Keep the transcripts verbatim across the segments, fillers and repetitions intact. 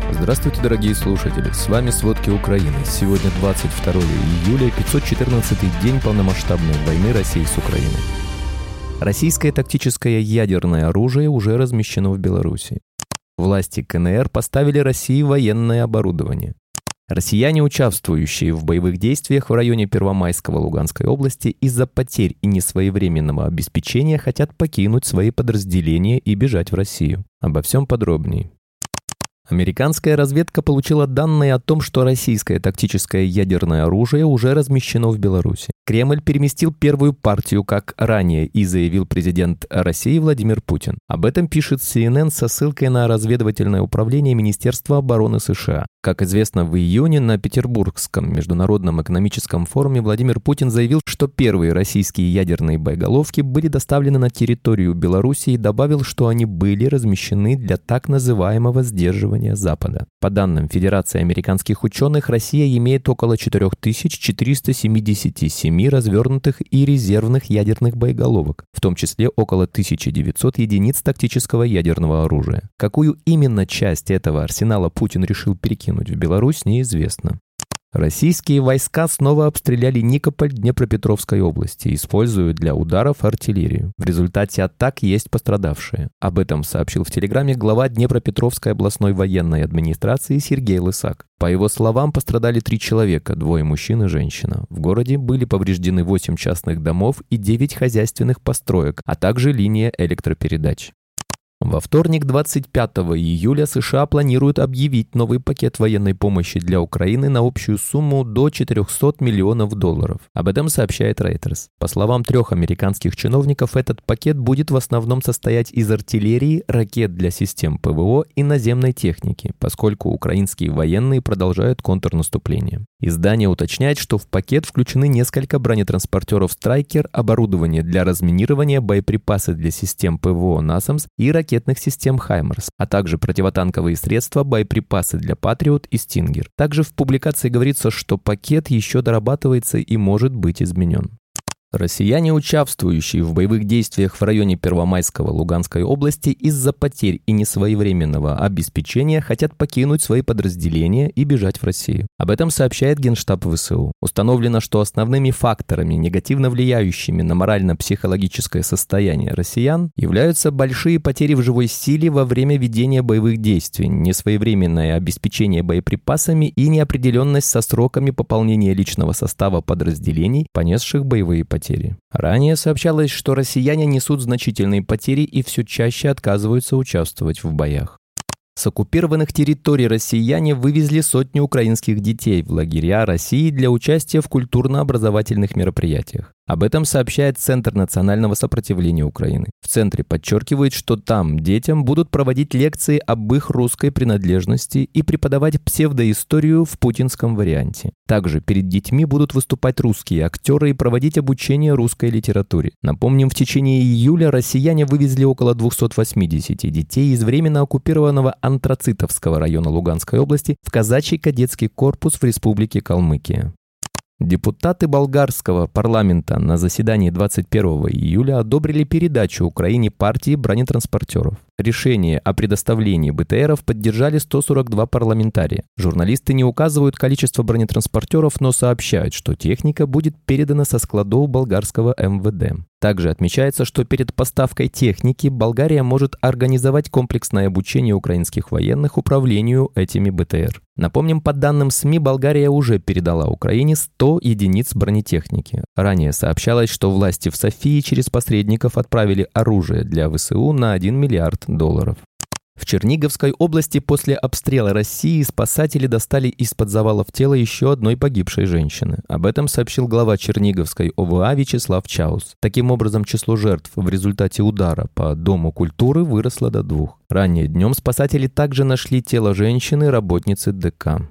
Здравствуйте, дорогие слушатели! С вами «Сводки Украины». Сегодня двадцать второго июля, пятьсот четырнадцатый день полномасштабной войны России с Украиной. Российское тактическое ядерное оружие уже размещено в Беларуси. Власти КНР поставили России военное оборудование. Россияне, участвующие в боевых действиях в районе Первомайского Луганской области, из-за потерь и несвоевременного обеспечения хотят покинуть свои подразделения и бежать в Россию. Обо всем подробнее. Американская разведка получила данные о том, что российское тактическое ядерное оружие уже размещено в Беларуси. Кремль переместил первую партию, как ранее и заявил президент России Владимир Путин. Об этом пишет си эн эн со ссылкой на разведывательное управление Министерства обороны США. Как известно, в июне на Петербургском международном экономическом форуме Владимир Путин заявил, что первые российские ядерные боеголовки были доставлены на территорию Беларуси и добавил, что они были размещены для так называемого сдерживания Запада. По данным Федерации американских ученых, Россия имеет около четыре тысячи четыреста семьдесят семь развернутых и резервных ядерных боеголовок, в том числе около тысяча девятьсот единиц тактического ядерного оружия. Какую именно часть этого арсенала Путин решил перекинуть в Беларусь, неизвестно. Российские войска снова обстреляли Никополь Днепропетровской области, используя для ударов артиллерию. В результате атак есть пострадавшие. Об этом сообщил в Телеграме глава Днепропетровской областной военной администрации Сергей Лысак. По его словам, пострадали три человека, двое мужчин и женщина. В городе были повреждены восемь частных домов и девять хозяйственных построек, а также линия электропередач. Во вторник, двадцать пятого июля, США планируют объявить новый пакет военной помощи для Украины на общую сумму до четырехсот миллионов долларов. Об этом сообщает Reuters. По словам трех американских чиновников, этот пакет будет в основном состоять из артиллерии, ракет для систем ПВО и наземной техники, поскольку украинские военные продолжают контрнаступление. Издание уточняет, что в пакет включены несколько бронетранспортеров «Страйкер», оборудование для разминирования, боеприпасы для систем ПВО «Насамс» и ракет ракетных систем «Хаймарс», а также противотанковые средства, боеприпасы для «Патриот» и «Стингер». Также в публикации говорится, что пакет еще дорабатывается и может быть изменен. Россияне, участвующие в боевых действиях в районе Первомайского Луганской области, из-за потерь и несвоевременного обеспечения хотят покинуть свои подразделения и бежать в Россию. Об этом сообщает Генштаб ВСУ. Установлено, что основными факторами, негативно влияющими на морально-психологическое состояние россиян, являются большие потери в живой силе во время ведения боевых действий, несвоевременное обеспечение боеприпасами и неопределенность со сроками пополнения личного состава подразделений, понесших боевые потери. Ранее сообщалось, что россияне несут значительные потери и все чаще отказываются участвовать в боях. С оккупированных территорий россияне вывезли сотни украинских детей в лагеря России для участия в культурно-образовательных мероприятиях. Об этом сообщает Центр национального сопротивления Украины. В центре подчеркивают, что там детям будут проводить лекции об их русской принадлежности и преподавать псевдоисторию в путинском варианте. Также перед детьми будут выступать русские актеры и проводить обучение русской литературе. Напомним, в течение июля россияне вывезли около двухсот восьмидесяти детей из временно оккупированного Антрацитовского района Луганской области в казачий кадетский корпус в Республике Калмыкия. Депутаты болгарского парламента на заседании двадцать первого июля одобрили передачу Украине партии бронетранспортеров. Решение о предоставлении БТРов поддержали сто сорок два парламентария. Журналисты не указывают количество бронетранспортеров, но сообщают, что техника будет передана со складов болгарского эм вэ дэ. Также отмечается, что перед поставкой техники Болгария может организовать комплексное обучение украинских военных управлению этими БТР. Напомним, по данным СМИ, Болгария уже передала Украине сто единиц бронетехники. Ранее сообщалось, что власти в Софии через посредников отправили оружие для ВСУ на один миллиард долларов. В Черниговской области после обстрела России спасатели достали из-под завалов тело еще одной погибшей женщины. Об этом сообщил глава Черниговской о вэ а Вячеслав Чаус. Таким образом, число жертв в результате удара по Дому культуры выросло до двух. Ранее днем спасатели также нашли тело женщины, работницы ДК.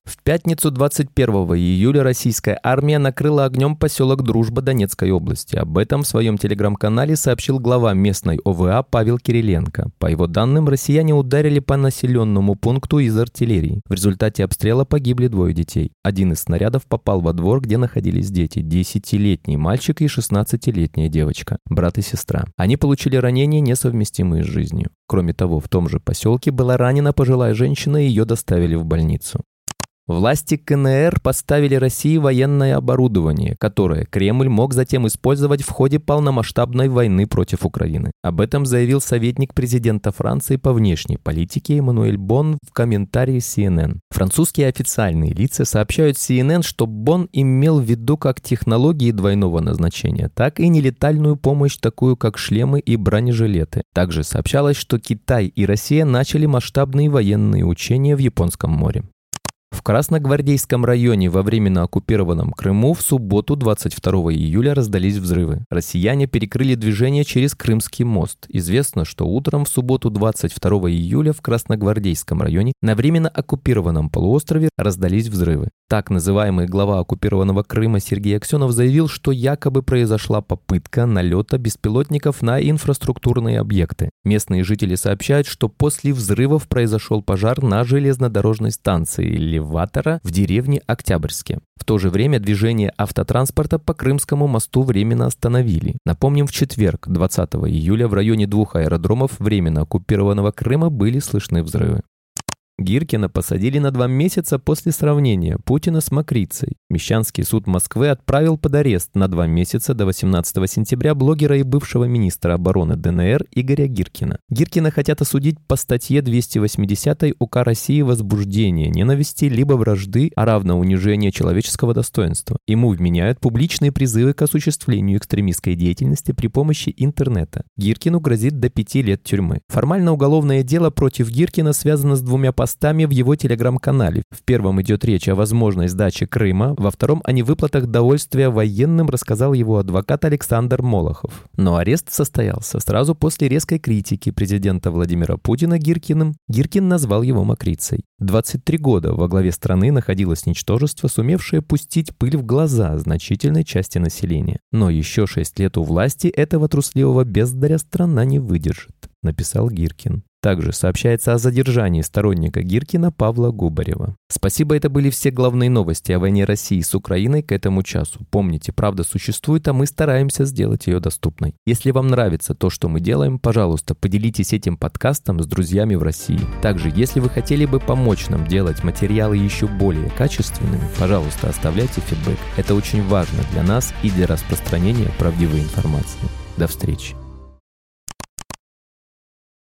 В пятницу двадцать первого июля российская армия накрыла огнем поселок Дружба Донецкой области. Об этом в своем телеграм-канале сообщил глава местной О В А Павел Кириленко. По его данным, россияне ударили по населенному пункту из артиллерии. В результате обстрела погибли двое детей. Один из снарядов попал во двор, где находились дети – десятилетний мальчик и шестнадцатилетняя девочка, брат и сестра. Они получили ранения, несовместимые с жизнью. Кроме того, в том же поселке была ранена пожилая женщина, и ее доставили в больницу. Власти К Н Р поставили России военное оборудование, которое Кремль мог затем использовать в ходе полномасштабной войны против Украины. Об этом заявил советник президента Франции по внешней политике Эммануэль Бон в комментарии Си Эн Эн. Французские официальные лица сообщают Си Эн Эн, что Бон имел в виду как технологии двойного назначения, так и нелетальную помощь, такую как шлемы и бронежилеты. Также сообщалось, что Китай и Россия начали масштабные военные учения в Японском море. В Красногвардейском районе во временно оккупированном Крыму в субботу двадцать второго июля раздались взрывы. Россияне перекрыли движение через Крымский мост. Известно, что утром в субботу двадцать второго июля в Красногвардейском районе на временно оккупированном полуострове раздались взрывы. Так называемый глава оккупированного Крыма Сергей Аксенов заявил, что якобы произошла попытка налета беспилотников на инфраструктурные объекты. Местные жители сообщают, что после взрывов произошел пожар на железнодорожной станции Леватора в деревне Октябрьске. В то же время движение автотранспорта по Крымскому мосту временно остановили. Напомним, в четверг, двадцатого июля, в районе двух аэродромов временно оккупированного Крыма были слышны взрывы. Гиркина посадили на два месяца после сравнения Путина с Мокрицей. Мещанский суд Москвы отправил под арест на два месяца до восемнадцатого сентября блогера и бывшего министра обороны Дэ Эн Эр Игоря Гиркина. Гиркина хотят осудить по статье двести восемьдесят УК России «Возбуждение ненависти либо вражды, а равно унижение человеческого достоинства». Ему вменяют публичные призывы к осуществлению экстремистской деятельности при помощи интернета. Гиркину грозит до пяти лет тюрьмы. Формально уголовное дело против Гиркина связано с двумя постами в его телеграм-канале. В первом идет речь о возможной сдаче Крыма, во втором о невыплатах довольствия военным, рассказал его адвокат Александр Молохов. Но арест состоялся сразу после резкой критики президента Владимира Путина Гиркиным. Гиркин назвал его мокрицей. двадцать три года во главе страны находилось ничтожество, сумевшее пустить пыль в глаза значительной части населения. Но еще шесть лет у власти этого трусливого бездаря страна не выдержит, написал Гиркин. Также сообщается о задержании сторонника Гиркина Павла Губарева. Спасибо, это были все главные новости о войне России с Украиной к этому часу. Помните, правда существует, а мы стараемся сделать ее доступной. Если вам нравится то, что мы делаем, пожалуйста, поделитесь этим подкастом с друзьями в России. Также, если вы хотели бы помочь нам делать материалы еще более качественными, пожалуйста, оставляйте фидбэк. Это очень важно для нас и для распространения правдивой информации. До встречи.